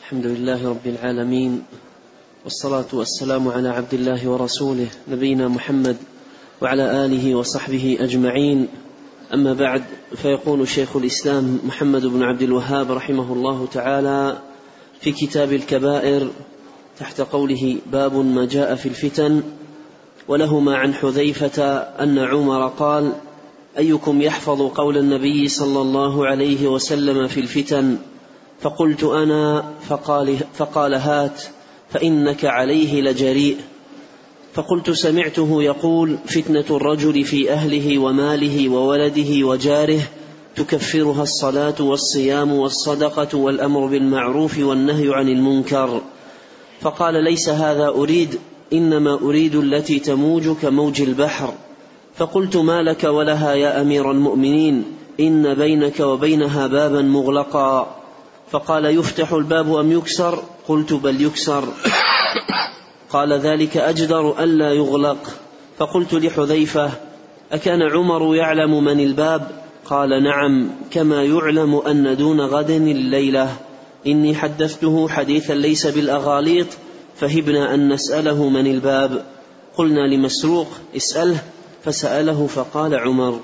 الحمد لله رب العالمين، والصلاة والسلام على عبد الله ورسوله نبينا محمد وعلى آله وصحبه أجمعين. أما بعد، فيقول شيخ الإسلام محمد بن عبد الوهاب رحمه الله تعالى في كتاب الكبائر تحت قوله: باب ما جاء في الفتن. ولهما عن حذيفة أن عمر قال: أيكم يحفظ قول النبي صلى الله عليه وسلم في الفتن؟ فقلت أنا، فقال هات، فإنك عليه لجريء. فقلت سمعته يقول: فتنة الرجل في أهله وماله وولده وجاره تكفرها الصلاة والصيام والصدقة والأمر بالمعروف والنهي عن المنكر. فقال: ليس هذا أريد، إنما أريد التي تموج كموج البحر. فقلت: ما لك ولها يا أمير المؤمنين؟ إن بينك وبينها بابا مغلقا. فقال: يفتح الباب أم يكسر؟ قلت: بل يكسر. قال: ذلك أجدر ألا يغلق. فقلت لحذيفة: أكان عمر يعلم من الباب؟ قال: نعم، كما يعلم أن دون غد الليلة. إني حدثته حديثا ليس بالأغاليط، فهبنا أن نسأله من الباب. قلنا لمسروق: اسأله. فسأله فقال عمر.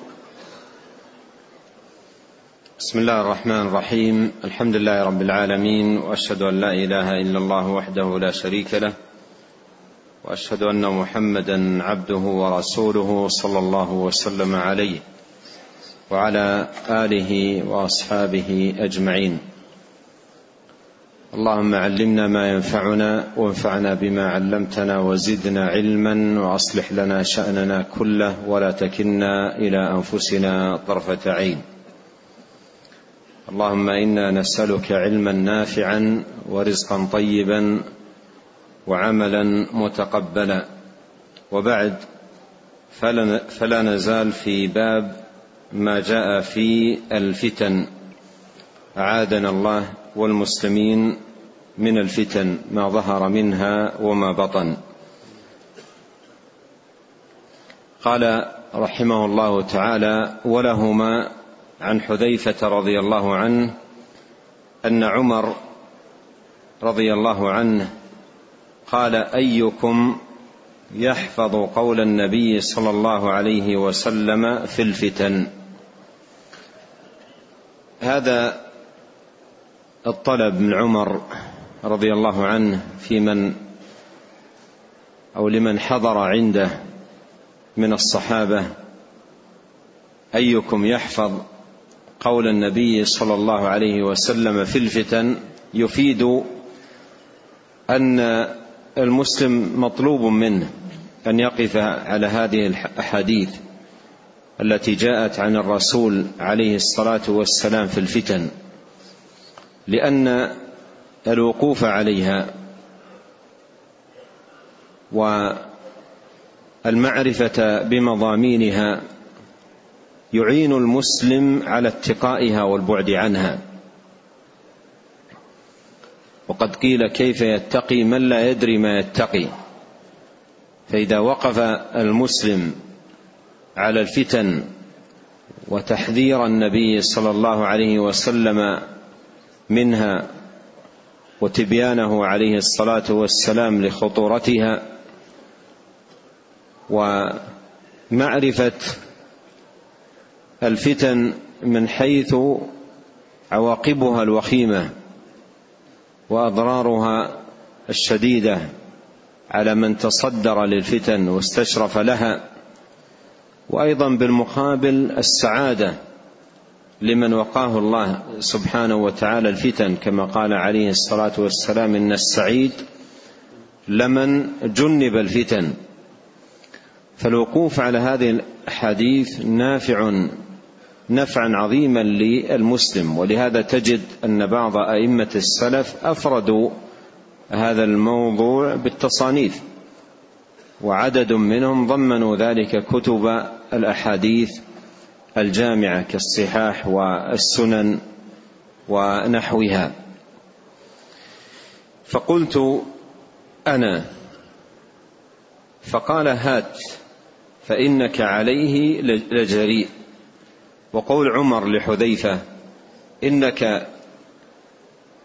بسم الله الرحمن الرحيم. الحمد لله رب العالمين، وأشهد أن لا إله إلا الله وحده لا شريك له، وأشهد أن محمدا عبده ورسوله صلى الله وسلم عليه وعلى آله وأصحابه أجمعين. اللهم علمنا ما ينفعنا، وانفعنا بما علمتنا، وزدنا علما، وأصلح لنا شأننا كله، ولا تكلنا إلى أنفسنا طرفة عين. اللهم إنا نسألك علما نافعا ورزقا طيبا وعملا متقبلا. وبعد، فلا نزال في باب ما جاء في الفتن. أعاذنا الله والمسلمين من الفتن ما ظهر منها وما بطن. قال رحمه الله تعالى: ولهما عن حذيفة رضي الله عنه أن عمر رضي الله عنه قال: أيكم يحفظ قول النبي صلى الله عليه وسلم في الفتن؟ هذا الطلب من عمر رضي الله عنه في من أو لمن حضر عنده من الصحابة: أيكم يحفظ قول النبي صلى الله عليه وسلم في الفتن، يفيد أن المسلم مطلوب منه أن يقف على هذه الأحاديث التي جاءت عن الرسول عليه الصلاة والسلام في الفتن، لأن الوقوف عليها والمعرفة بمضامينها يعين المسلم على اتقائها والبعد عنها. وقد قيل: كيف يتقي من لا يدري ما يتقي؟ فإذا وقف المسلم على الفتن وتحذير النبي صلى الله عليه وسلم منها وتبيانه عليه الصلاة والسلام لخطورتها ومعرفة الفتن من حيث عواقبها الوخيمة وأضرارها الشديدة على من تصدر للفتن واستشرف لها، وأيضا بالمقابل السعادة لمن وقاه الله سبحانه وتعالى الفتن، كما قال عليه الصلاة والسلام: إن السعيد لمن جنب الفتن. فالوقوف على هذه الحديث نفعا عظيما للمسلم. ولهذا تجد أن بعض أئمة السلف أفردوا هذا الموضوع بالتصانيف، وعدد منهم ضمنوا ذلك كتب الأحاديث الجامعة كالصحاح والسنن ونحوها. فقلت أنا، فقال: هات، فإنك عليه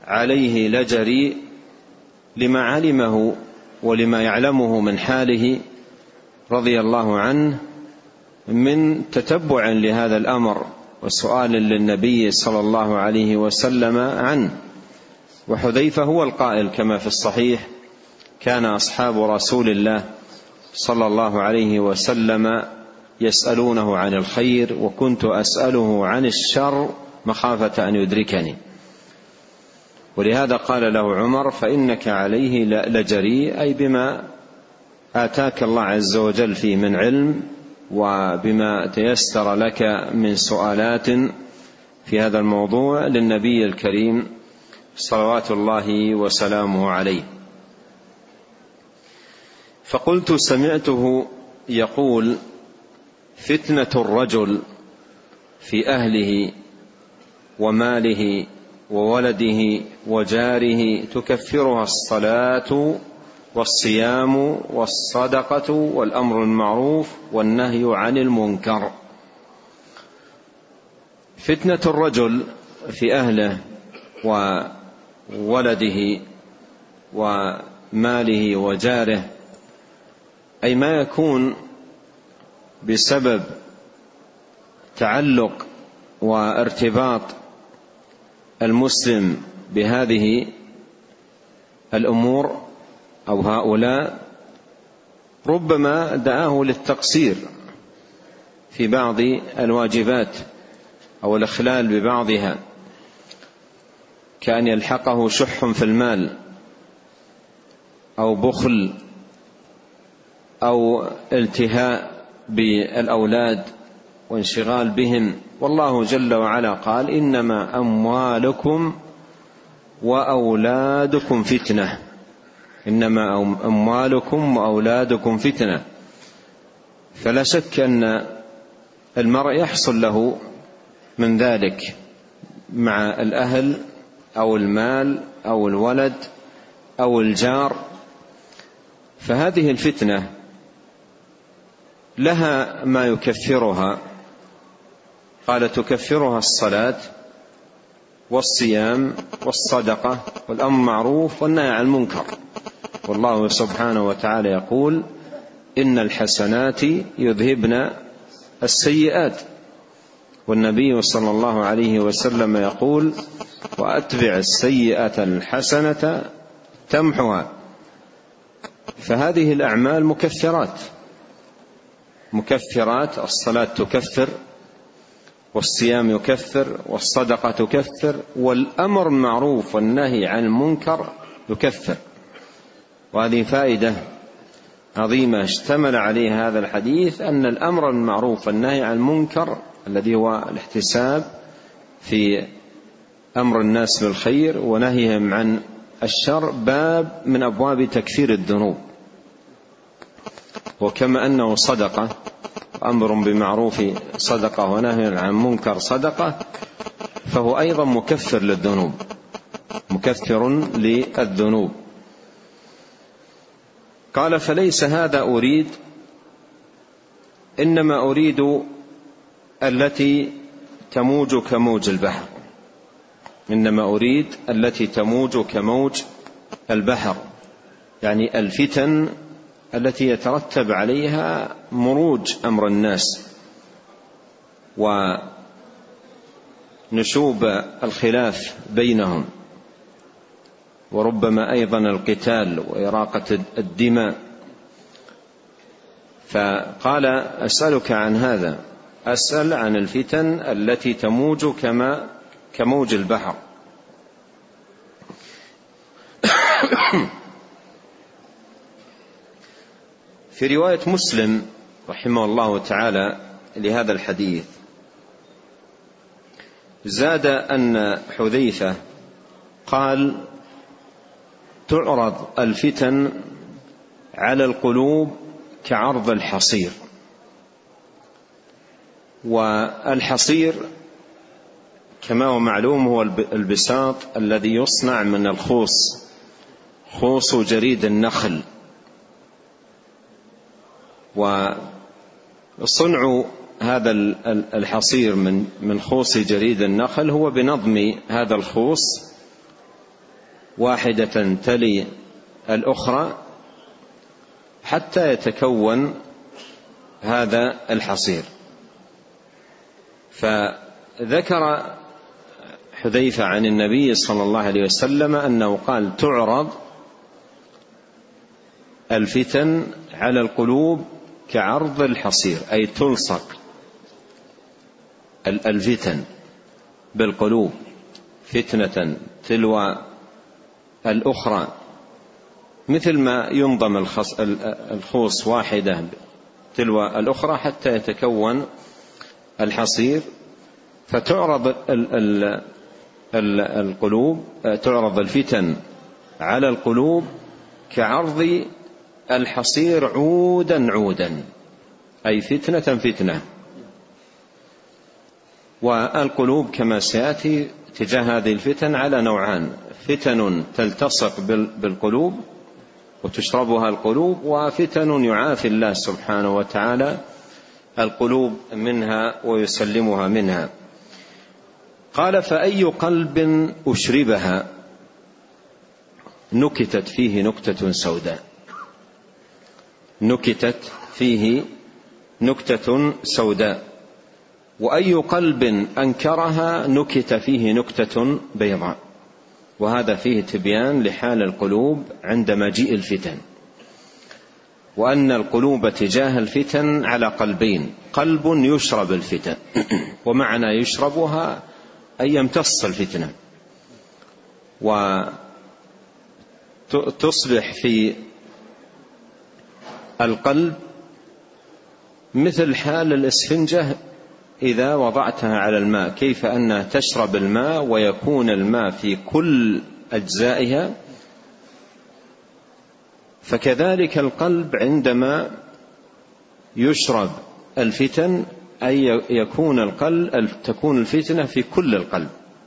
عليه لجريء لما علمه ولما يعلمه من حاله رضي الله عنه من تتبع لهذا الأمر وسؤال للنبي صلى الله عليه وسلم عنه. وحذيفة هو القائل كما في الصحيح: كان أصحاب رسول الله صلى الله عليه وسلم يسألونه عن الخير وكنت أسأله عن الشر مخافة أن يدركني. ولهذا قال له عمر: فإنك عليه لجريء، أي بما آتاك الله عز وجل فيه من علم وبما تيسر لك من سؤالات في هذا الموضوع للنبي الكريم صلوات الله وسلامه عليه. فقلت: سمعته يقول: فتنة الرجل في أهله وماله وولده وجاره تكفرها الصلاة والصيام والصدقة والأمر المعروف والنهي عن المنكر. فتنة الرجل في أهله وولده وماله وجاره، أي ما يكون بسبب تعلق وارتباط المسلم بهذه الأمور أو هؤلاء، ربما دعاه للتقصير في بعض الواجبات أو الإخلال ببعضها، كأن يلحقه شح في المال أو بخل أو التهاء بالأولاد وانشغال بهم. والله جل وعلا قال: إنما أموالكم وأولادكم فتنة، إنما أموالكم وأولادكم فتنة. فلا شك أن المرء يحصل له من ذلك مع الأهل أو المال أو الولد أو الجار. فهذه الفتنة لها ما يكفرها، قال: تكفرها الصلاة والصيام والصدقة والأمر بالمعروف والنهي عن المنكر. والله سبحانه وتعالى يقول: إن الحسنات يذهبن السيئات. والنبي صلى الله عليه وسلم يقول: وأتبع السيئة الحسنة تمحها. فهذه الأعمال مكفرات. الصلاة تكفر، والصيام يكفر، والصدقة تكفر، والأمر بالمعروف والنهي عن المنكر يكفر. وهذه فائدة عظيمة اشتمل عليها هذا الحديث، أن الأمر بالمعروف والنهي عن المنكر الذي هو الاحتساب في أمر الناس بالخير ونهيهم عن الشر باب من أبواب تكفير الذنوب. وكما أنه صدقة، أمر بمعروف صدقة ونهي عن منكر صدقة، فهو أيضا مكفر للذنوب، مكفر للذنوب. قال: فليس هذا أريد، إنما أريد التي تموج كموج البحر، إنما أريد التي تموج كموج البحر، يعني الفتن التي يترتب عليها مروج أمر الناس ونشوب الخلاف بينهم، وربما أيضا القتال وإراقة الدماء. فقال: أسألك عن هذا، أسأل عن الفتن التي تموج كموج البحر. في رواية مسلم رحمه الله تعالى لهذا الحديث زاد أن حذيفة قال: تعرض الفتن على القلوب كعرض الحصير. والحصير كما هو معلوم هو البساط الذي يصنع من الخوص، خوص جريد النخل. وصنع هذا الحصير من خوص جريد النخل هو بنظم هذا الخوص واحدة تلي الأخرى حتى يتكون هذا الحصير. فذكر حذيفة عن النبي صلى الله عليه وسلم أنه قال: تعرض الفتن على القلوب كعرض الحصير، أي تلصق الفتن بالقلوب فتنة تلو الأخرى، مثل ما ينضم الخوص واحدة تلو الأخرى حتى يتكون الحصير. فتعرض القلوب، تعرض الفتن على القلوب كعرض الحصير عودا عودا، أي فتنة فتنة. والقلوب كما سيأتي تجاه هذه الفتن على نوعان: فتن تلتصق بالقلوب وتشربها القلوب، وفتن يعافي الله سبحانه وتعالى القلوب منها ويسلمها منها. قال: فأي قلب أشربها نكتت فيه نكتة سوداء. نكتت فيه نكتة سوداء. وأي قلب أنكرها نكت فيه نكتة بيضاء. وهذا فيه تبيان لحال القلوب عند مجيء الفتن، وأن القلوب تجاه الفتن على قلبين: قلب يشرب الفتن، ومعنى يشربها أي يمتص الفتنة، وتصبح في القلب مثل حال الإسفنجة إذا وضعتها على الماء، كيف أنها تشرب الماء ويكون الماء في كل أجزائها، فكذلك القلب عندما يشرب الفتن أي تكون الفتنة في كل القلب،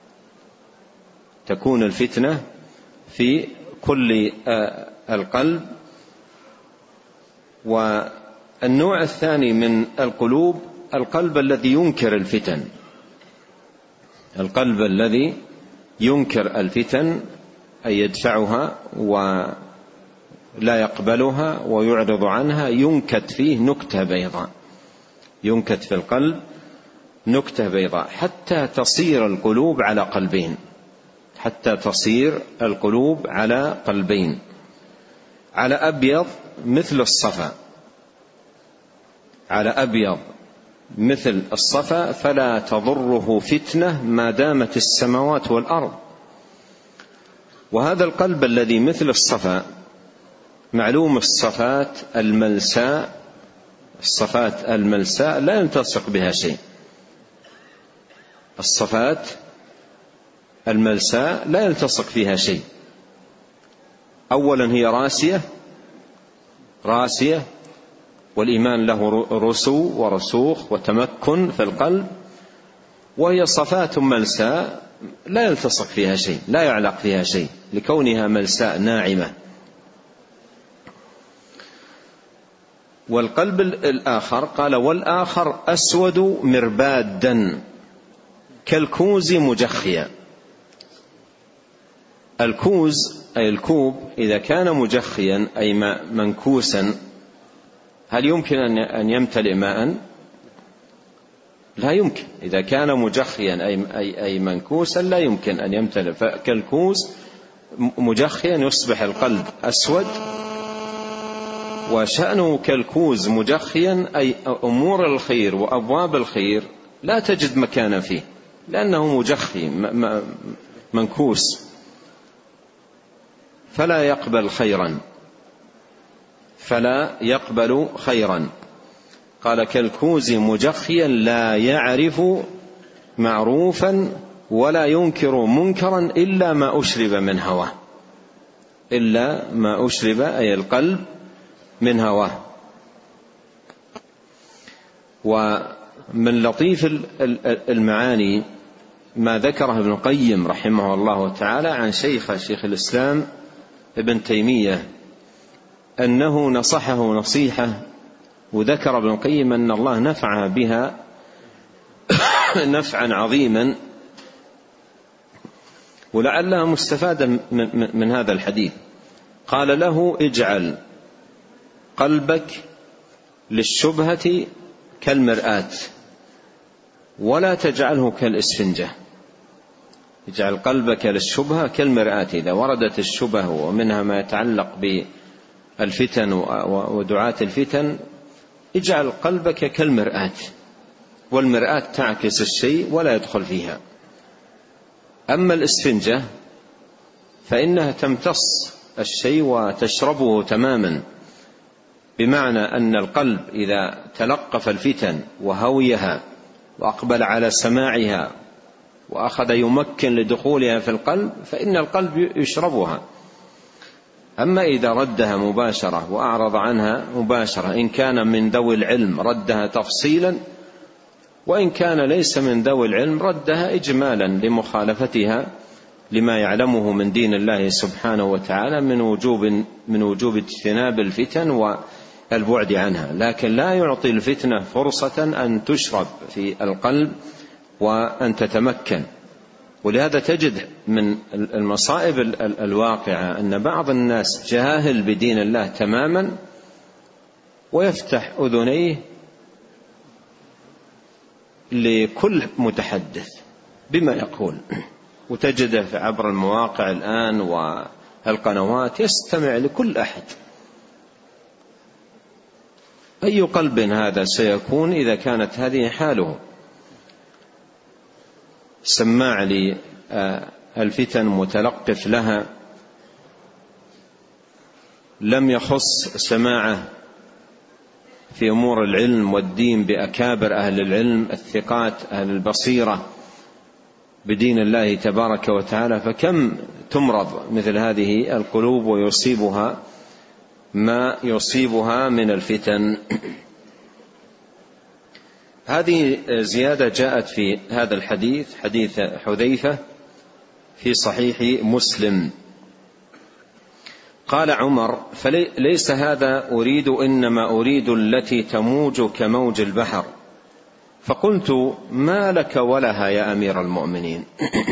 تكون الفتنة في كل القلب. والنوع الثاني من القلوب القلب الذي ينكر الفتن، القلب الذي ينكر الفتن أي يدفعها ولا يقبلها ويعرض عنها، ينكت فيه نكتة بيضاء، ينكت في القلب نكتة بيضاء حتى تصير القلوب على قلبين، حتى تصير القلوب على قلبين: على أبيض مثل الصفا، على أبيض مثل الصفا فلا تضره فتنة ما دامت السماوات والأرض. وهذا القلب الذي مثل الصفا معلوم الصفات الملساء، الصفات الملساء لا يلتصق بها شيء، الصفات الملساء لا يلتصق فيها شيء. أولا هي راسية، والإيمان له رسو ورسوخ وتمكن في القلب، وهي صفات ملساء لا يلتصق فيها شيء، لا يعلق فيها شيء لكونها ملساء ناعمة. والقلب الآخر قال: والآخر أسود مربادا كالكوز مجخيا. الكوز أي الكوب إذا كان مجخيا أي منكوسا، هل يمكن أن يمتلئ ماء؟ لا يمكن. إذا كان مجخيا أي منكوسا لا يمكن أن يمتلئ. فكالكوز مجخيا يصبح القلب أسود، وشأنه كالكوز مجخيا أي أمور الخير وأبواب الخير لا تجد مكان فيه، لأنه مجخي منكوس، فلا يقبل خيرا. قال: كالكوز مجخيا لا يعرف معروفا ولا ينكر منكرا إلا ما أشرب من هواه، إلا ما أشرب أي القلب من هواه. ومن لطيف المعاني ما ذكره ابن القيم رحمه الله تعالى عن شيخ الإسلام ابن تيمية، أنه نصحه نصيحة، وذكر ابن القيم أن الله نفع بها نفعا عظيما، ولعلها مستفادة من هذا الحديث. قال له: اجعل قلبك للشبهة كالمرآة ولا تجعله كالإسفنجة. اجعل قلبك للشبهة كالمرآة. إذا وردت الشبه ومنها ما يتعلق بالفتن ودعاة الفتن، اجعل قلبك كالمرآة، والمرآة تعكس الشيء ولا يدخل فيها. أما الإسفنجة فإنها تمتص الشيء وتشربه تماما، بمعنى أن القلب إذا تلقف الفتن وهويها وأقبل على سماعها وأخذ يمكن لدخولها في القلب، فإن القلب يشربها. أما إذا ردها مباشرة وأعرض عنها مباشرة، إن كان من ذوي العلم ردها تفصيلا، وإن كان ليس من ذوي العلم ردها إجمالا لمخالفتها لما يعلمه من دين الله سبحانه وتعالى من وجوب اجتناب الفتن والبعد عنها، لكن لا يعطي الفتنة فرصة أن تشرب في القلب وأن تتمكن. ولهذا تجد من المصائب الواقعة أن بعض الناس جاهل بدين الله تماما ويفتح أذنيه لكل متحدث بما يقول، وتجده عبر المواقع الآن والقنوات يستمع لكل أحد. أي قلب هذا سيكون إذا كانت هذه حاله؟ سماع للفتن متلقف لها، لم يخص سماعه في أمور العلم والدين بأكابر أهل العلم الثقات أهل البصيرة بدين الله تبارك وتعالى، فكم تمرض مثل هذه القلوب ويصيبها ما يصيبها من الفتن. هذه زيادة جاءت في هذا الحديث، حديث حذيفة في صحيح مسلم. قال عمر: فليس هذا أريد، إنما أريد التي تموج كموج البحر. فقلت: ما لك ولها يا أمير المؤمنين؟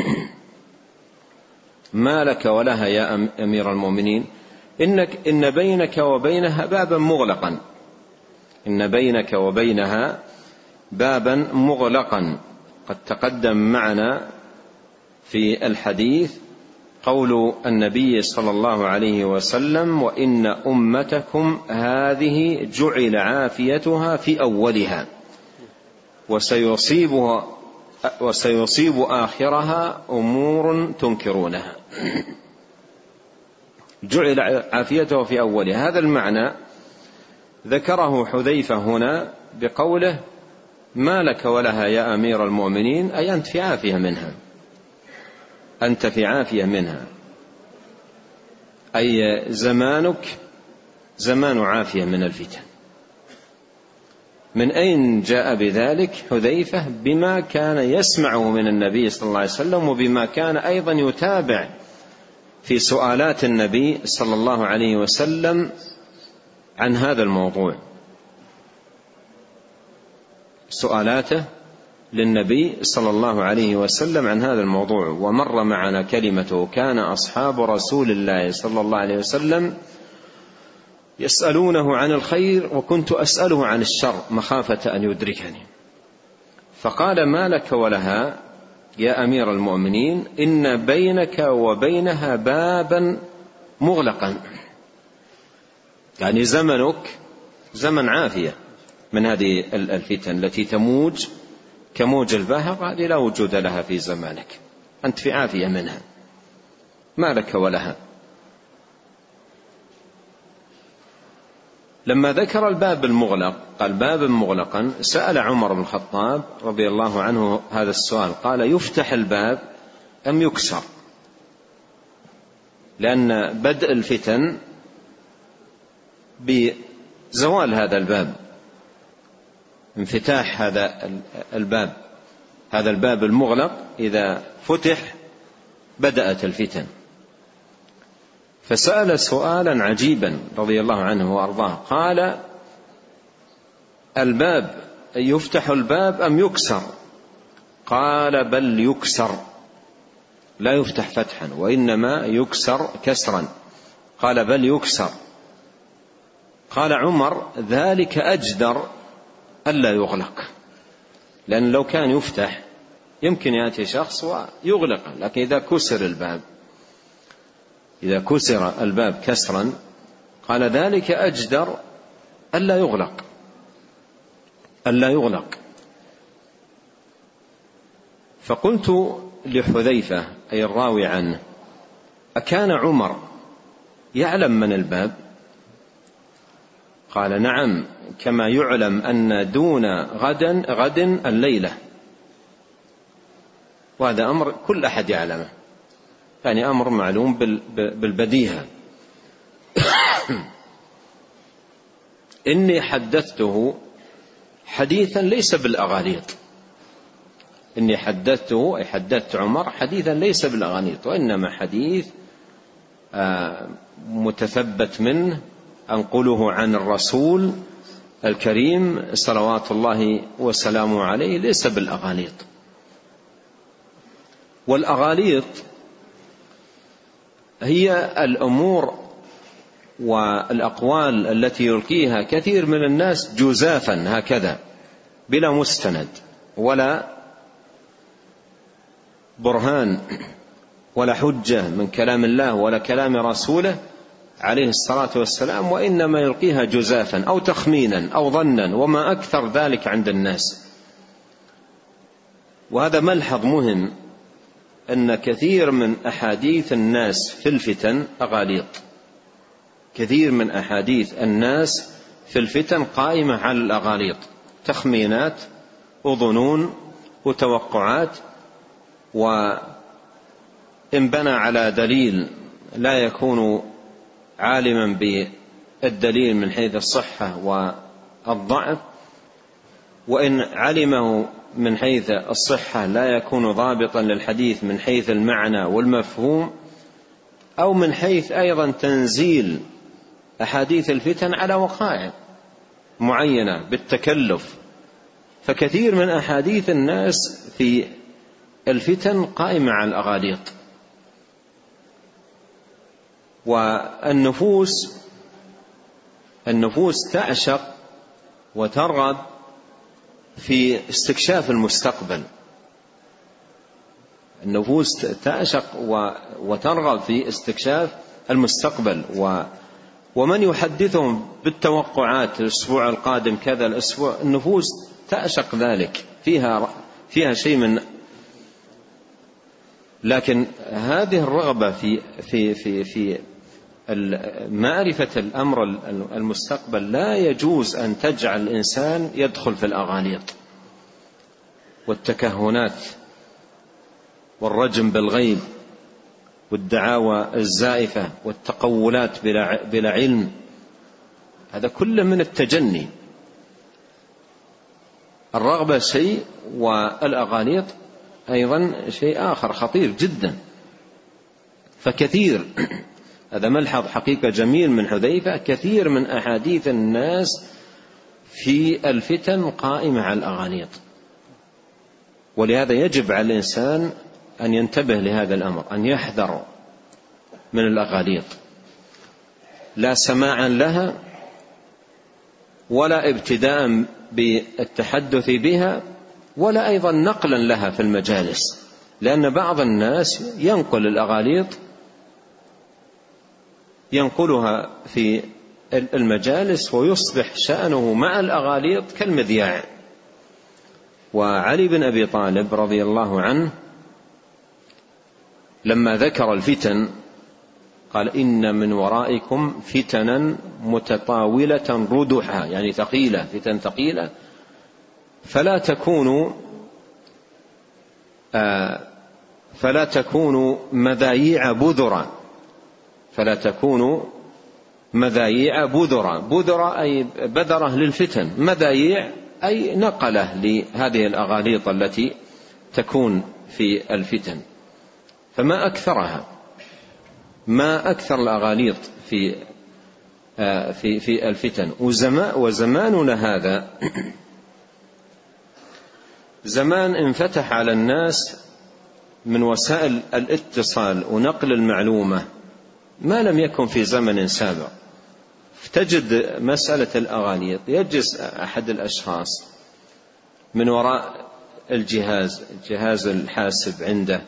ما لك ولها يا أمير المؤمنين؟ إن بينك وبينها بابا مغلقا. إن بينك وبينها بابا مغلقا. قد تقدم معنا في الحديث قول النبي صلى الله عليه وسلم: وإن أمتكم هذه جعل عافيتها في أولها وسيصيب آخرها أمور تنكرونها. جعل عافيته في أولها، هذا المعنى ذكره حذيفة هنا بقوله: ما لك ولها يا أمير المؤمنين، أي أنت في عافية منها، أنت في عافية منها، أي زمانك زمان عافية من الفتن. من أين جاء بذلك حذيفة؟ بما كان يسمعه من النبي صلى الله عليه وسلم، وبما كان أيضا يتابع في سؤالات النبي صلى الله عليه وسلم عن هذا الموضوع. سؤالاته للنبي صلى الله عليه وسلم عن هذا الموضوع. ومر معنا كلمته: كان أصحاب رسول الله صلى الله عليه وسلم يسألونه عن الخير وكنت أسأله عن الشر مخافة أن يدركني. فقال: ما لك ولها يا أمير المؤمنين، إن بينك وبينها بابا مغلقا، يعني زمنك زمن عافية من هذه الفتن التي تموج كموج البحر، هذه لا وجود لها في زمانك، أنت في عافية منها، ما لك ولها. لما ذكر الباب المغلق قال: باب مغلقا، سأل عمر بن الخطاب رضي الله عنه هذا السؤال، قال: يفتح الباب أم يكسر؟ لأن بدء الفتن بزوال هذا الباب، انفتاح هذا الباب، هذا الباب المغلق إذا فتح بدأت الفتن. فسأل سؤالا عجيبا رضي الله عنه وأرضاه، قال: الباب يفتح الباب أم يكسر؟ قال: بل يكسر. لا يفتح فتحا وإنما يكسر كسرا. قال بل يكسر. قال عمر ذلك أجدر ألا يغلق، لأن لو كان يفتح يمكن يأتي شخص ويغلق، لكن إذا كسر الباب كسرا قال ذلك أجدر ألا يغلق. فقلت لحذيفة أي الراوي عنه: أكان عمر يعلم من الباب؟ قال: نعم، كما يعلم أن دون غد الليلة. وهذا أمر كل أحد يعلمه، يعني أمر معلوم بالبديهة. إني حدثته حديثا ليس بالأغاليط. إني حدثته أي حدثت عمر حديثا ليس بالأغاليط، وإنما حديث متثبت منه أنقله عن الرسول الكريم صلوات الله وسلامه عليه، ليس بالأغاليط. والأغاليط هي الأمور والأقوال التي يلقيها كثير من الناس جزافا هكذا بلا مستند ولا برهان ولا حجة من كلام الله ولا كلام رسوله عليه الصلاة والسلام، وإنما يلقيها جزافا أو تخمينا أو ظنا، وما أكثر ذلك عند الناس. وهذا ملحظ مهم، أن كثير من أحاديث الناس في الفتن أغاليط. كثير من أحاديث الناس في الفتن قائمة على الأغاليط، تخمينات وظنون وتوقعات. وإن بنى على دليل لا يكون عالما بالدليل من حيث الصحة والضعف، وإن علمه من حيث الصحة لا يكون ضابطا للحديث من حيث المعنى والمفهوم، أو من حيث أيضا تنزيل أحاديث الفتن على وقائع معينة بالتكلف. فكثير من أحاديث الناس في الفتن قائمة على الأغاليط. والنفوس تعشق وترغب في استكشاف المستقبل. النفوس تعشق وترغب في استكشاف المستقبل، ومن يحدثهم بالتوقعات الأسبوع القادم كذا الأسبوع، النفوس تعشق ذلك، فيها شيء من. لكن هذه الرغبة في معرفة الأمر المستقبل لا يجوز أن تجعل الإنسان يدخل في الأغاليط والتكهنات والرجم بالغيب والدعاوى الزائفة والتقولات بلا علم. هذا كله من التجني. الرغبة شيء، والأغاليط أيضا شيء آخر خطير جدا. فكثير، هذا ملحظ حقيقة جميل من حذيفة، كثير من أحاديث الناس في الفتن قائمة على الأغاليط. ولهذا يجب على الإنسان أن ينتبه لهذا الأمر، أن يحذر من الأغاليط، لا سماعا لها ولا ابتداء بالتحدث بها، ولا أيضا نقلا لها في المجالس. لأن بعض الناس ينقل الأغاليط، ينقلها في المجالس، ويصبح شأنه مع الأغاليط كالمذياع. وعلي بن أبي طالب رضي الله عنه لما ذكر الفتن قال: إن من ورائكم فتنا متطاولة ردحا، يعني ثقيلة، فتن ثقيلة، فلا تكونوا مذايع بذرا. فلا تكونوا مذايع بذرا. بذرا أي بذرة للفتن، مذايع أي نقلة لهذه الأغاليط التي تكون في الفتن. فما أكثرها، ما أكثر الأغاليط في الفتن. وزماننا هذا زمان انفتح على الناس من وسائل الاتصال ونقل المعلومة ما لم يكن في زمن سابق. فتجد مسألة الأغاليط يجلس أحد الأشخاص من وراء الجهاز الحاسب عنده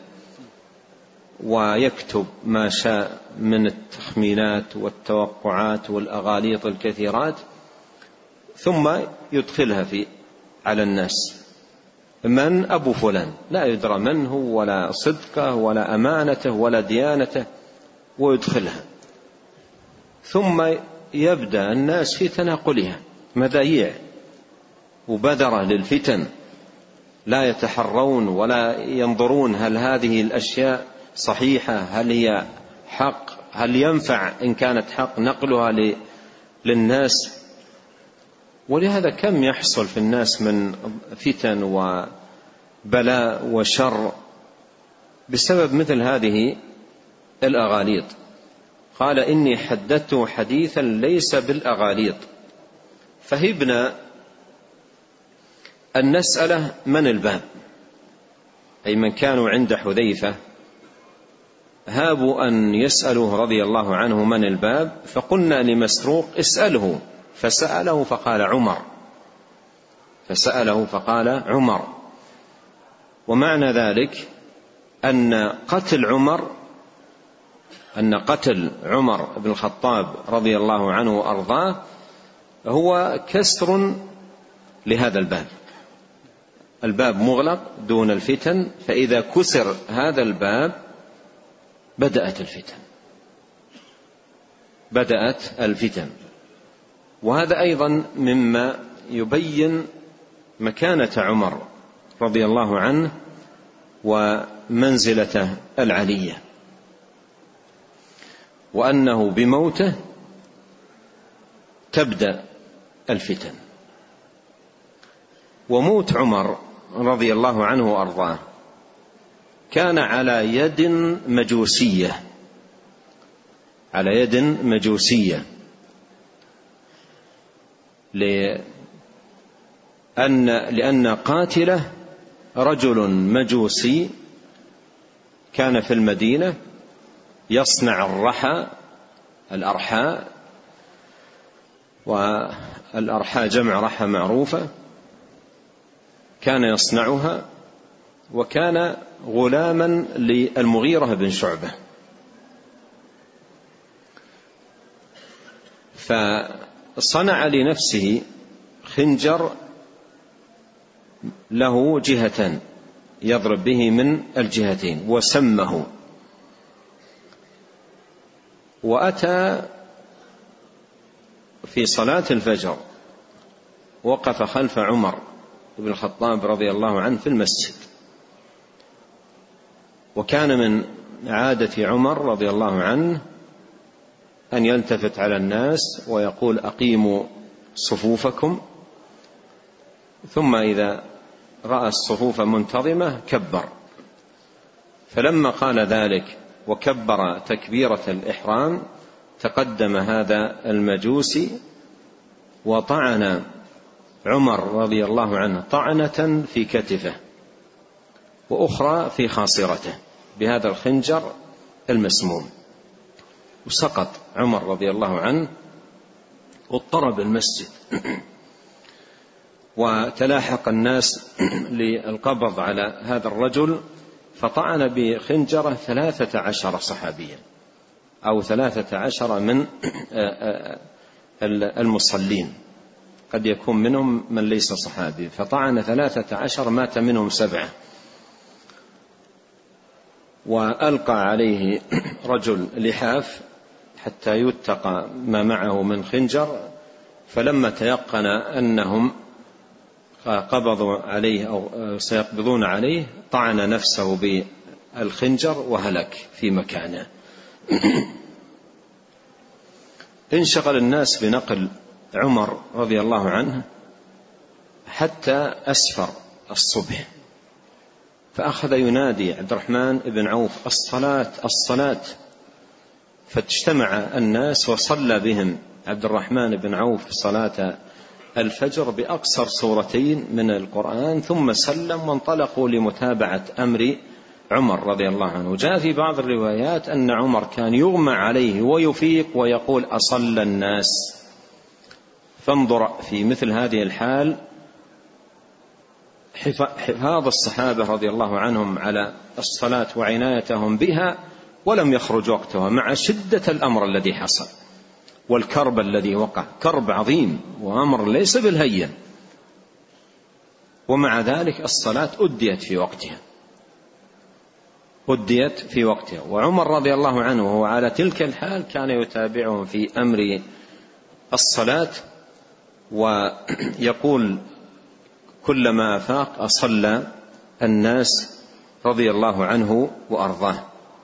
ويكتب ما شاء من التخمينات والتوقعات والأغاليط الكثيرات، ثم يدخلها على الناس. من أبو فلان لا يدرى من هو ولا صدقه ولا أمانته ولا ديانته، ويدخلها، ثم يبدأ الناس في تناقلها، مذايع وبذرة للفتن، لا يتحرون ولا ينظرون هل هذه الأشياء صحيحة، هل هي حق، هل ينفع إن كانت حق نقلها للناس. ولهذا كم يحصل في الناس من فتن وبلاء وشر بسبب مثل هذه الأغاليط. قال إني حدثت حديثا ليس بالأغاليط. فهبنا أن نسأله من الباب، أي من كانوا عند حذيفة هابوا أن يسألوه رضي الله عنه من الباب. فقلنا لمسروق اسأله، فسأله فقال عمر. ومعنى ذلك أن قتل عمر بن الخطاب رضي الله عنه وأرضاه هو كسر لهذا الباب مغلق دون الفتن، فإذا كسر هذا الباب بدأت الفتن. وهذا أيضا مما يبين مكانة عمر رضي الله عنه ومنزلته العلية، وأنه بموته تبدأ الفتن. وموت عمر رضي الله عنه وأرضاه كان على يد مجوسية، لأن قاتله رجل مجوسي كان في المدينة يصنع الأرحاء، والأرحاء جمع رحى معروفة، كان يصنعها، وكان غلاما للمغيرة بن شعبة. فصنع لنفسه خنجر له جهتان يضرب به من الجهتين، وسمه. وأتى في صلاة الفجر وقف خلف عمر بن الخطاب رضي الله عنه في المسجد. وكان من عادة عمر رضي الله عنه أن يلتفت على الناس ويقول أقيموا صفوفكم، ثم إذا رأى الصفوف منتظمة كبر. فلما قال ذلك وكبر تكبيرة الإحرام تقدم هذا المجوسي وطعن عمر رضي الله عنه طعنة في كتفه وأخرى في خاصرته بهذا الخنجر المسموم، وسقط عمر رضي الله عنه واضطرب المسجد. وتلاحق الناس للقبض على هذا الرجل، فطعن بخنجره 13 صحابيا أو 13 من المصلين، قد يكون منهم من ليس صحابي، فطعن 13 مات منهم 7. وألقى عليه رجل لحاف حتى يتقى ما معه من خنجر، فلما تيقن أنهم قبضوا عليه أو سيقبضون عليه طعن نفسه بالخنجر وهلك في مكانه. انشغل الناس بنقل عمر رضي الله عنه حتى أسفر الصبح، فأخذ ينادي عبد الرحمن بن عوف الصلاة، فاجتمع الناس وصلى بهم عبد الرحمن بن عوف صلاة الفجر بأقصر سورتين من القرآن، ثم سلم وانطلقوا لمتابعة أمر عمر رضي الله عنه. جاء في بعض الروايات أن عمر كان يغمى عليه ويفيق ويقول أصلى الناس. فانظر في مثل هذه الحال حفاظ الصحابة رضي الله عنهم على الصلاة وعنايتهم بها، ولم يخرج وقتها مع شدة الأمر الذي حصل والكرب الذي وقع، كرب عظيم وأمر ليس بالهين، ومع ذلك الصلاة أديت في وقتها. وعمر رضي الله عنه وهو على تلك الحال كان يتابعهم في أمر الصلاة، ويقول كلما أفاق أصلى الناس رضي الله عنه وأرضاه.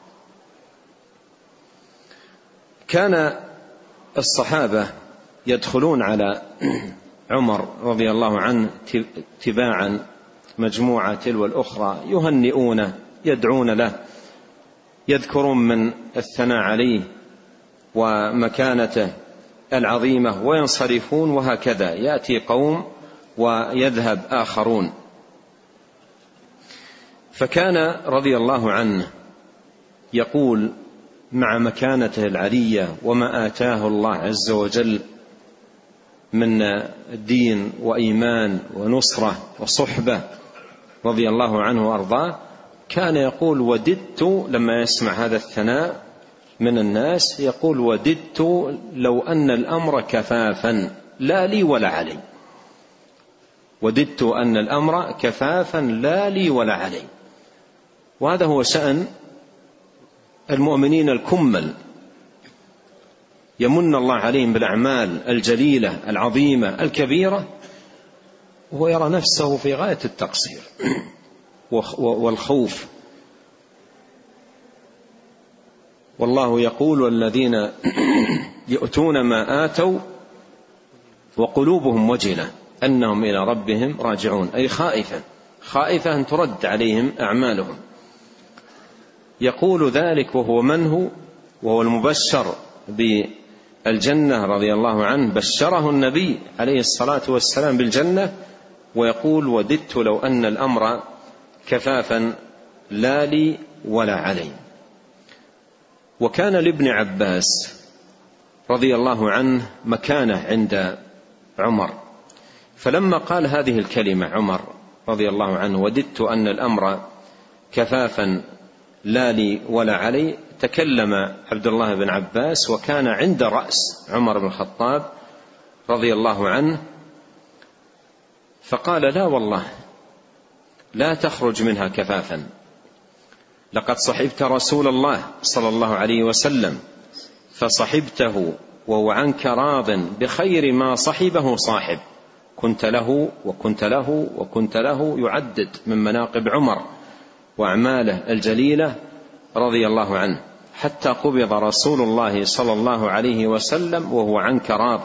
كان الصحابة يدخلون على عمر رضي الله عنه تباعا مجموعة تلو الأخرى، يهنئونه، يدعون له، يذكرون من الثناء عليه ومكانته العظيمة وينصرفون، وهكذا يأتي قوم ويذهب آخرون. فكان رضي الله عنه يقول مع مكانته العلية وما آتاه الله عز وجل من دين وإيمان ونصرة وصحبة رضي الله عنه وأرضاه، كان يقول وددت لما يسمع هذا الثناء من الناس، يقول وددت لو أن الأمر كفافا لا لي ولا علي. وددت أن الأمر كفافا لا لي ولا علي. وهذا هو شأن المؤمنين الكمل، يمن الله عليهم بالأعمال الجليلة العظيمة الكبيرة، وهو يرى نفسه في غاية التقصير والخوف. والله يقول والذين يؤتون ما آتوا وقلوبهم وجلة أنهم إلى ربهم راجعون، أي خائفة أن ترد عليهم أعمالهم. يقول ذلك وهو وهو المبشر بالجنة رضي الله عنه، بشره النبي عليه الصلاة والسلام بالجنة، ويقول وددت لو أن الأمر كفافا لا لي ولا علي. وكان لابن عباس رضي الله عنه مكانة عند عمر، فلما قال هذه الكلمة عمر رضي الله عنه وددت أن الأمر كفافا لا لي ولا علي، تكلم عبد الله بن عباس وكان عند رأس عمر بن الخطاب رضي الله عنه، فقال لا والله لا تخرج منها كفافا، لقد صحبت رسول الله صلى الله عليه وسلم فصحبته وهو عنك راض بخير ما صحبه صاحب، كنت له وكنت له وكنت له، يعدد من مناقب عمر وأعماله الجليلة رضي الله عنه، حتى قبض رسول الله صلى الله عليه وسلم وهو عنك راض.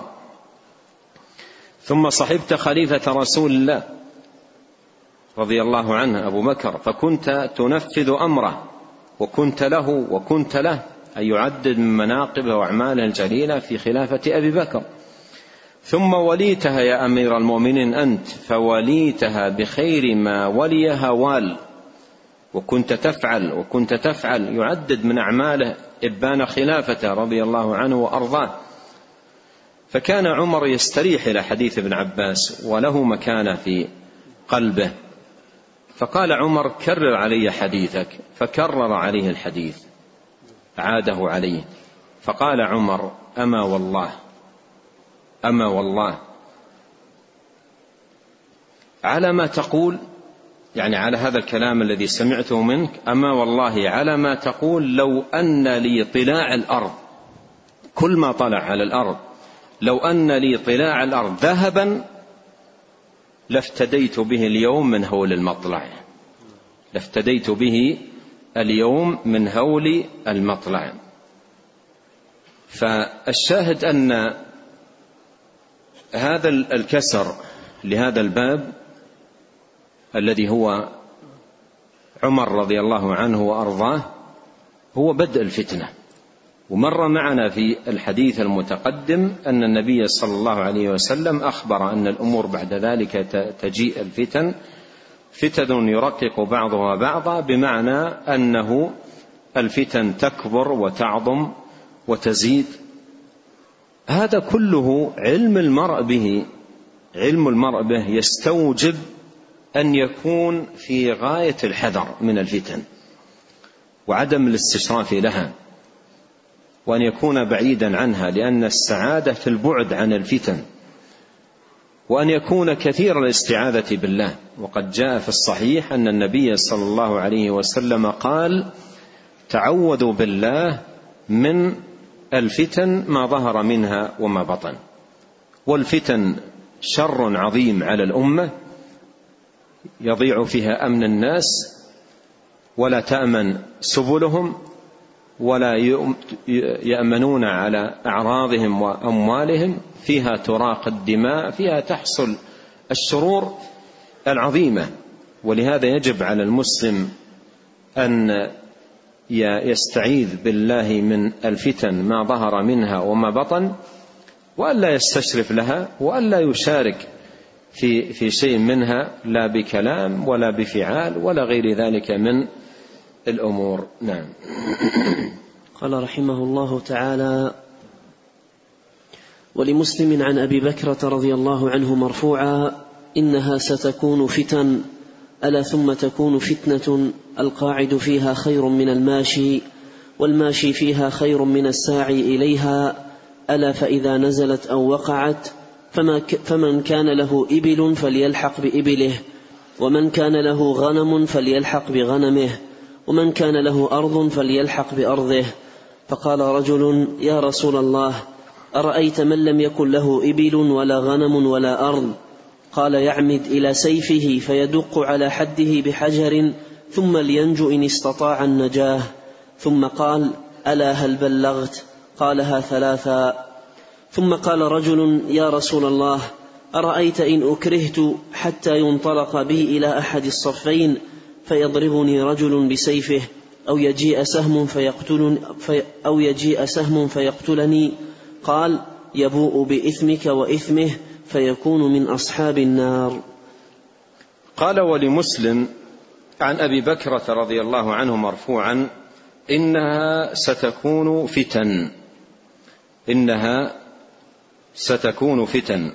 ثم صحبت خليفة رسول الله رضي الله عنه أبو بكر فكنت تنفذ أمره وكنت له وكنت له، أي يعدد من مناقبه وأعماله الجليلة في خلافة أبي بكر. ثم وليتها يا أمير المؤمنين أنت، فوليتها بخير ما وليها وال، وكنت تفعل يعدد من أعماله إبان خلافته رضي الله عنه وأرضاه. فكان عمر يستريح إلى حديث ابن عباس وله مكانة في قلبه، فقال عمر كرر علي حديثك، فكرر عليه الحديث عاده عليه، فقال عمر أما والله على ما تقول، يعني على هذا الكلام الذي سمعته منك، أما والله على ما تقول لو أن لي طلاع الأرض، كل ما طلع على الأرض لو أن لي طلاع الأرض ذهبا لافتديت به اليوم من هول المطلع، لافتديت به اليوم من هول المطلع. فالشاهد أن هذا الكسر لهذا الباب الذي هو عمر رضي الله عنه وأرضاه هو بدء الفتنة. ومر معنا في الحديث المتقدم أن النبي صلى الله عليه وسلم أخبر أن الأمور بعد ذلك تجيء الفتن، فتن يرقق بعضها بعضا، بمعنى أنه الفتن تكبر وتعظم وتزيد. هذا كله علم المرء به يستوجب أن يكون في غاية الحذر من الفتن وعدم الاستشراف لها، وأن يكون بعيدا عنها، لأن السعادة في البعد عن الفتن، وأن يكون كثير الاستعاذة بالله. وقد جاء في الصحيح أن النبي صلى الله عليه وسلم قال: تعوذوا بالله من الفتن ما ظهر منها وما بطن. والفتن شر عظيم على الأمة يضيع فيها أمن الناس، ولا تأمن سبلهم، ولا يأمنون على أعراضهم وأموالهم، فيها تراق الدماء، فيها تحصل الشرور العظيمة. ولهذا يجب على المسلم أن يستعيذ بالله من الفتن ما ظهر منها وما بطن، وألا يستشرف لها، وألا يشارك في شيء منها، لا بكلام ولا بفعال ولا غير ذلك من الأمور. نعم. قال رحمه الله تعالى: ولمسلم عن أبي بكرة رضي الله عنه مرفوعا: إنها ستكون فتن، ألا ثم تكون فتنة القاعد فيها خير من الماشي، والماشي فيها خير من الساعي إليها، ألا فإذا نزلت أو وقعت فمن كان له إبل فليلحق بإبله، ومن كان له غنم فليلحق بغنمه، ومن كان له أرض فليلحق بأرضه. فقال رجل: يا رسول الله، أرأيت من لم يكن له إبل ولا غنم ولا أرض؟ قال: يعمد إلى سيفه فيدق على حده بحجر ثم لينجو إن استطاع النجاه. ثم قال: ألا هل بلغت؟ قالها 3. ثم قال رجل: يا رسول الله، أرأيت إن أكرهت حتى ينطلق بي إلى أحد الصفين فيضربني رجل بسيفه، أو يجيء سهم فيقتلني؟ قال: يبوء بإثمك وإثمه فيكون من أصحاب النار. قال: ولمسلم عن أبي بكرة رضي الله عنه مرفوعا: إنها ستكون فتن،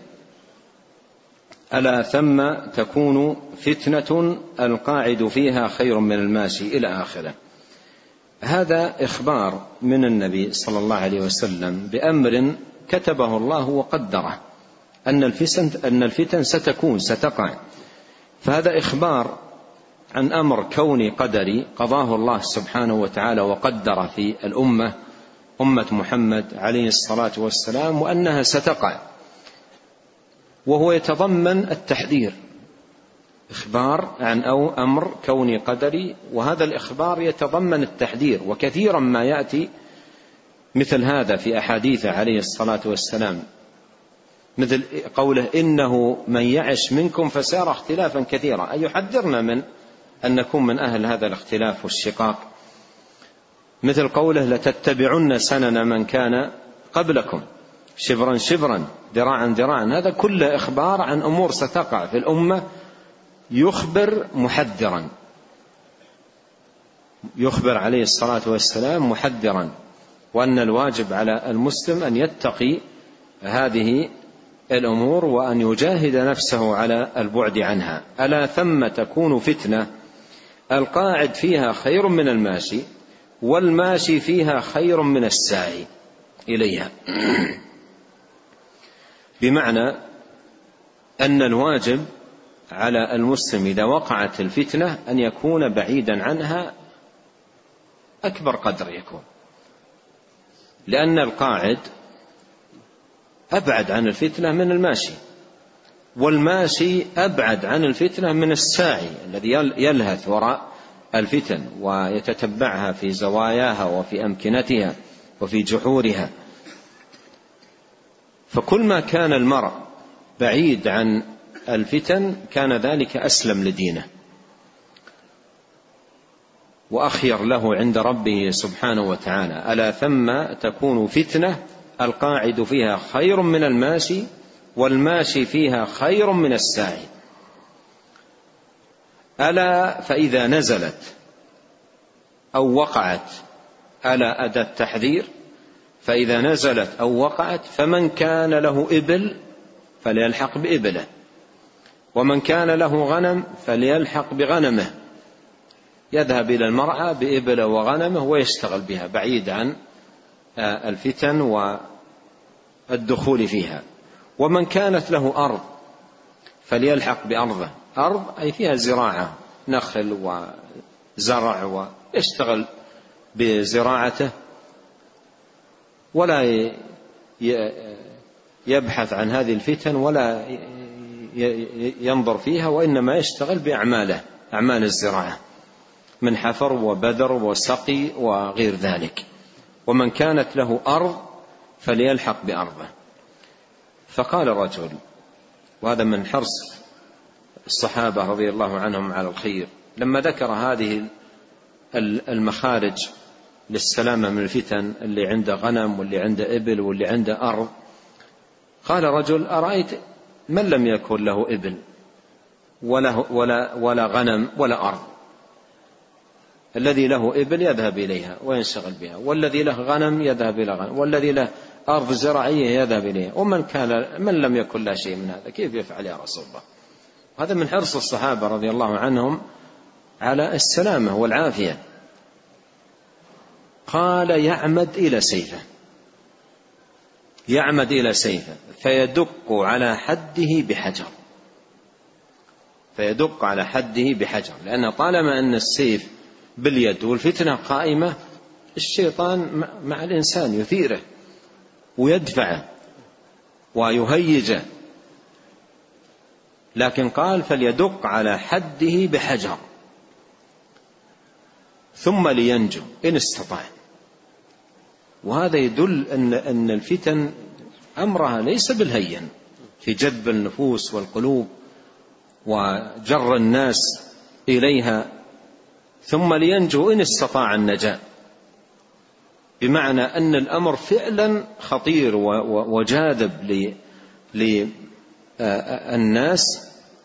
ألا ثم تكون فتنة القاعد فيها خير من الماشي، إلى آخره. هذا إخبار من النبي صلى الله عليه وسلم بأمر كتبه الله وقدره، أن الفتن ستقع. فهذا إخبار عن أمر كوني قدري قضاه الله سبحانه وتعالى وقدر في الأمة، أمة محمد عليه الصلاة والسلام، وأنها ستقع، وهو يتضمن التحذير. إخبار عن أمر كوني قدري، وهذا الإخبار يتضمن التحذير. وكثيرا ما يأتي مثل هذا في أحاديث عليه الصلاة والسلام، مثل قوله: إنه من يعش منكم فسيرى اختلافا كثيرا، أي يحذرنا من أن نكون من أهل هذا الاختلاف والشقاق. مثل قوله: لتتبعن سنن من كان قبلكم شبرا شبرا ذراعا ذراعا. هذا كله إخبار عن أمور ستقع في الأمة، يخبر محذرا، يخبر عليه الصلاة والسلام محذرا، وأن الواجب على المسلم أن يتقي هذه الأمور وأن يجاهد نفسه على البعد عنها. ألا ثم تكون فتنة القاعد فيها خير من الماشي، والماشي فيها خير من الساعي إليها. بمعنى أن الواجب على المسلم إذا وقعت الفتنة أن يكون بعيدا عنها أكبر قدر يكون، لأن القاعد أبعد عن الفتنة من الماشي، والماشي أبعد عن الفتنة من الساعي الذي يلهث وراء الفتن ويتتبعها في زواياها وفي أمكنتها وفي جحورها. فكل ما كان المرء بعيد عن الفتن كان ذلك أسلم لدينه وأخير له عند ربه سبحانه وتعالى. ألا ثم تكون فتنة القاعد فيها خير من الماشي، والماشي فيها خير من الساعي. ألا فإذا نزلت أو وقعت، ألا أداة تحذير، فإذا نزلت أو وقعت فمن كان له إبل فليلحق بإبله، ومن كان له غنم فليلحق بغنمه، يذهب إلى المرعى بإبله وغنمه ويشتغل بها بعيد عن الفتن والدخول فيها. ومن كانت له أرض فليلحق بأرضه، أرض أي فيها زراعة، نخل وزرع، ويشتغل بزراعته ولا يبحث عن هذه الفتن ولا ينظر فيها، وإنما يشتغل بأعماله، أعمال الزراعة من حفر وبذر وسقي وغير ذلك. ومن كانت له أرض فليلحق بأرضه. فقال الرجل، وهذا من حرص الصحابة رضي الله عنهم على الخير، لما ذكر هذه المخارج للسلامة من الفتن، اللي عنده غنم واللي عنده إبل واللي عنده أرض، قال رجل: أرأيت من لم يكن له إبل ولا غنم ولا أرض؟ الذي له إبل يذهب إليها وينشغل بها، والذي له غنم يذهب إلى غنم، والذي له أرض زراعية يذهب إليها، من لم يكن لا شيء من هذا كيف يفعل يا رسول الله؟ هذا من حرص الصحابة رضي الله عنهم على السلامة والعافية. قال: يعمد إلى سيفه، يعمد إلى سيفه فيدق على حده بحجر، فيدق على حده بحجر، لأن طالما أن السيف باليد والفتنة قائمة، الشيطان مع الإنسان يثيره ويدفعه ويهيجه، لكن قال: فليدق على حده بحجر ثم لينجو إن استطاع. وهذا يدل أن الفتن أمرها ليس بالهين في جذب النفوس والقلوب وجر الناس إليها، ثم لينجو إن استطاع النجاة، بمعنى أن الأمر فعلا خطير وجاذب للناس،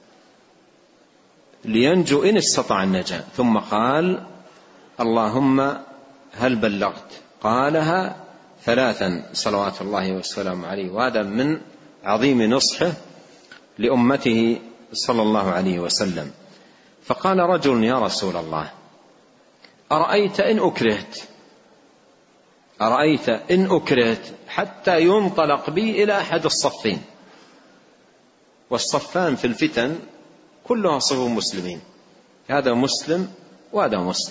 لينجو إن استطاع النجاة. ثم قال: اللهم هل بلغت؟ قالها 3 صلوات الله والسلام عليه. وهذا من عظيم نصحه لأمته صلى الله عليه وسلم. فقال رجل: يا رسول الله، أرأيت إن أكرهت، أرأيت إن أكرهت حتى ينطلق بي إلى أحد الصفين. والصفان في الفتن كلها صفوا مسلمين، هذا مسلم وهذا مسلم،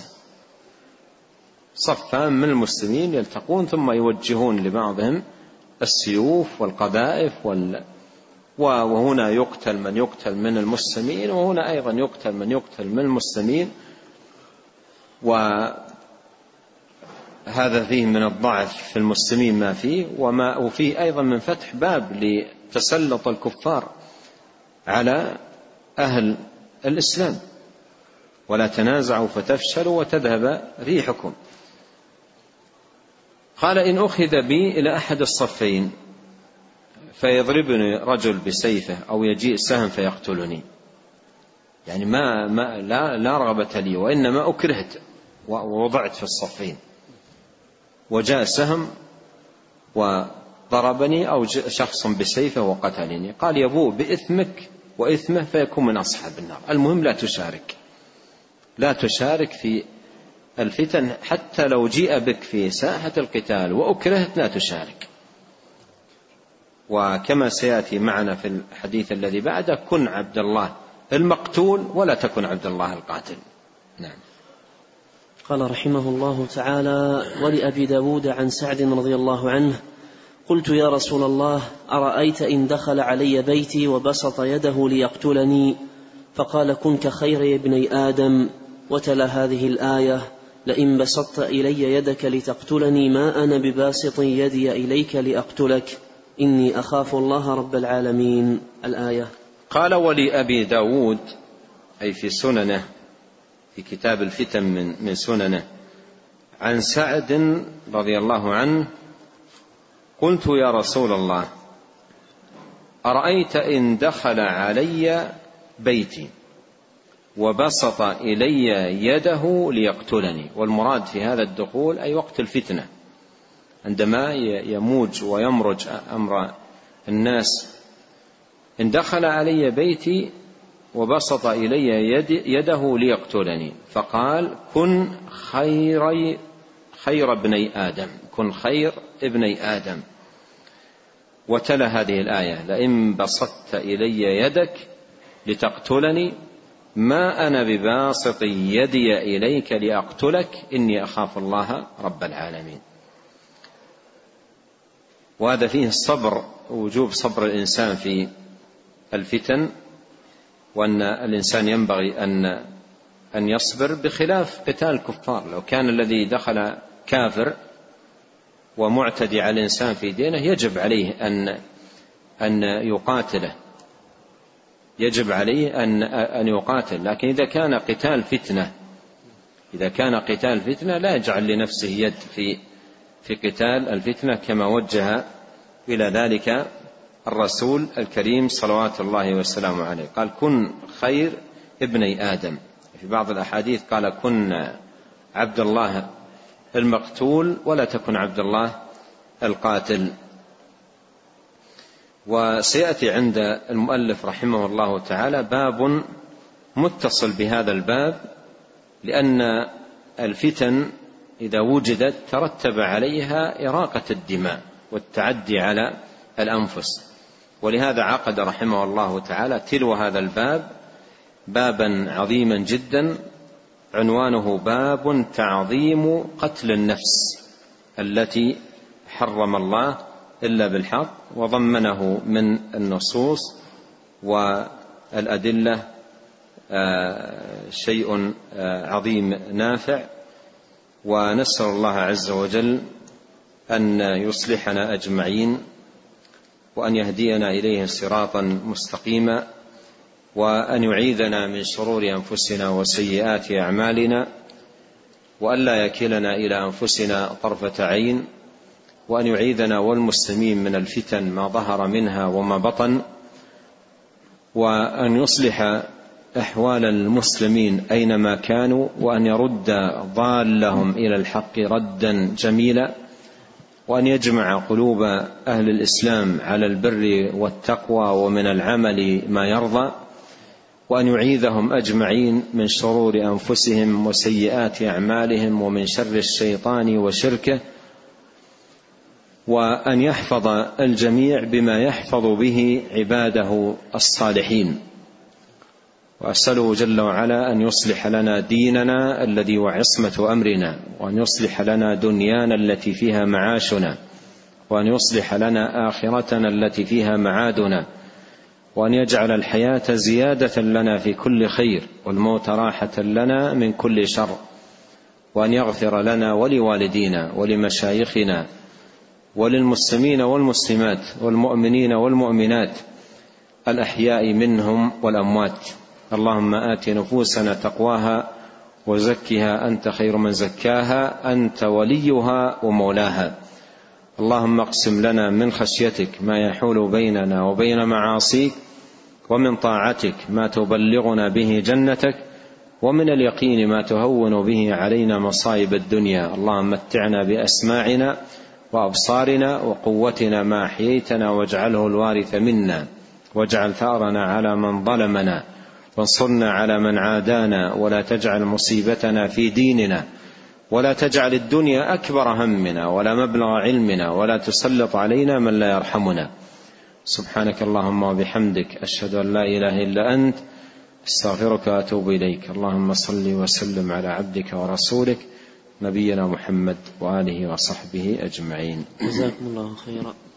صفان من المسلمين يلتقون ثم يوجهون لبعضهم السيوف والقذائف وهنا يقتل من يقتل من المسلمين، وهنا أيضا يقتل من يقتل من المسلمين. وهذا فيه من الضعف في المسلمين ما فيه، وفيه أيضا من فتح باب لتسلط الكفار على أهل الإسلام. ولا تنازعوا فتفشلوا وتذهب ريحكم. قال: إن أخذ بي إلى أحد الصفين فيضربني رجل بسيفه أو يجيء سهم فيقتلني، يعني لا رغبة لي، وإنما أكرهت ووضعت في الصفين، وجاء سهم وضربني أو شخص بسيفه وقتلني، قال: يبوء بإثمك وإثمه فيكون من أصحاب النار. المهم لا تشارك في الفتن، حتى لو جيء بك في ساحة القتال وأكرهت لا تشارك. وكما سيأتي معنا في الحديث الذي بعده: كن عبد الله المقتول ولا تكن عبد الله القاتل. نعم. قال رحمه الله تعالى: ولأبي داود عن سعد رضي الله عنه: قلت يا رسول الله، أرأيت إن دخل علي بيتي وبسط يده ليقتلني؟ فقال: كن كخير ابني آدم. وتلا هذه الآية: لئن بسطت إلي يدك لتقتلني ما أنا بباسط يدي إليك لأقتلك، إني أخاف الله رب العالمين. الآية. قال: ولأبي داود، أي في سننه، في كتاب الفتن من سننه، عن سعد رضي الله عنه: قلت يا رسول الله، أرأيت إن دخل علي بيتي وبسط إلي يده ليقتلني. والمراد في هذا الدخول أي وقت الفتنة، عندما يموج ويمرج أمر الناس. إن دخل علي بيتي وبسط إلي يده ليقتلني فقال كن خير ابني آدم، كن خير ابني آدم. وتلا هذه الآية لئن بسطت إلي يدك لتقتلني ما أنا بباسط يدي إليك لأقتلك إني أخاف الله رب العالمين. وهذا فيه الصبر، وجوب صبر الإنسان في الفتن، وأن الإنسان ينبغي أن يصبر بخلاف قتال الكفار. لو كان الذي دخل كافر ومعتدي على الإنسان في دينه يجب عليه أن يقاتله، يجب عليه أن يقاتل. لكن إذا كان قتال فتنة لا يجعل لنفسه يد في قتال الفتنة، كما وجه إلى ذلك الرسول الكريم صلوات الله وسلامه عليه. قال كن خير ابني آدم. في بعض الأحاديث قال كن عبد الله المقتول ولا تكن عبد الله القاتل. وسيأتي عند المؤلف رحمه الله تعالى باب متصل بهذا الباب، لأن الفتن إذا وجدت ترتب عليها إراقة الدماء والتعدي على الأنفس، ولهذا عقد رحمه الله تعالى تلو هذا الباب بابا عظيما جدا عنوانه باب تعظيم قتل النفس التي حرم الله إلا بالحق، وضمنه من النصوص والأدلة شيء عظيم نافع. ونسأل الله عز وجل أن يصلحنا أجمعين، وأن يهدينا إليه صراطا مستقيما، وأن يعيذنا من شرور أنفسنا وسيئات أعمالنا، وأن لا يكلنا إلى أنفسنا طرفة عين، وأن يعيذنا والمسلمين من الفتن ما ظهر منها وما بطن، وأن يصلح أحوال المسلمين أينما كانوا، وأن يرد ضالهم إلى الحق ردا جميلا، وأن يجمع قلوب أهل الإسلام على البر والتقوى ومن العمل ما يرضى، وأن يعيذهم أجمعين من شرور أنفسهم وسيئات أعمالهم ومن شر الشيطان وشركه، وأن يحفظ الجميع بما يحفظ به عباده الصالحين. وأسأله جل وعلا أن يصلح لنا ديننا الذي وعصمة أمرنا، وأن يصلح لنا دنيانا التي فيها معاشنا، وأن يصلح لنا آخرتنا التي فيها معادنا، وأن يجعل الحياة زيادة لنا في كل خير، والموت راحة لنا من كل شر، وأن يغفر لنا ولوالدينا ولمشايخنا وللمسلمين والمسلمات والمؤمنين والمؤمنات الأحياء منهم والأموات. اللهم آت نفوسنا تقواها وزكها أنت خير من زكاها أنت وليها ومولاها. اللهم اقسم لنا من خشيتك ما يحول بيننا وبين معاصيك، ومن طاعتك ما تبلغنا به جنتك، ومن اليقين ما تهون به علينا مصائب الدنيا. اللهم متعنا بأسماعنا وأبصارنا وقوتنا ما أحييتنا، واجعله الوارث منا، واجعل ثأرنا على من ظلمنا، وانصرنا على من عادانا، ولا تجعل مصيبتنا في ديننا، ولا تجعل الدنيا أكبر همنا ولا مبلغ علمنا، ولا تسلط علينا من لا يرحمنا. سبحانك اللهم وبحمدك، أشهد أن لا إله إلا أنت، استغفرك وأتوب إليك. اللهم صل وسلم على عبدك ورسولك نبينا محمد وآله وصحبه أجمعين. جزاكم الله خيرا.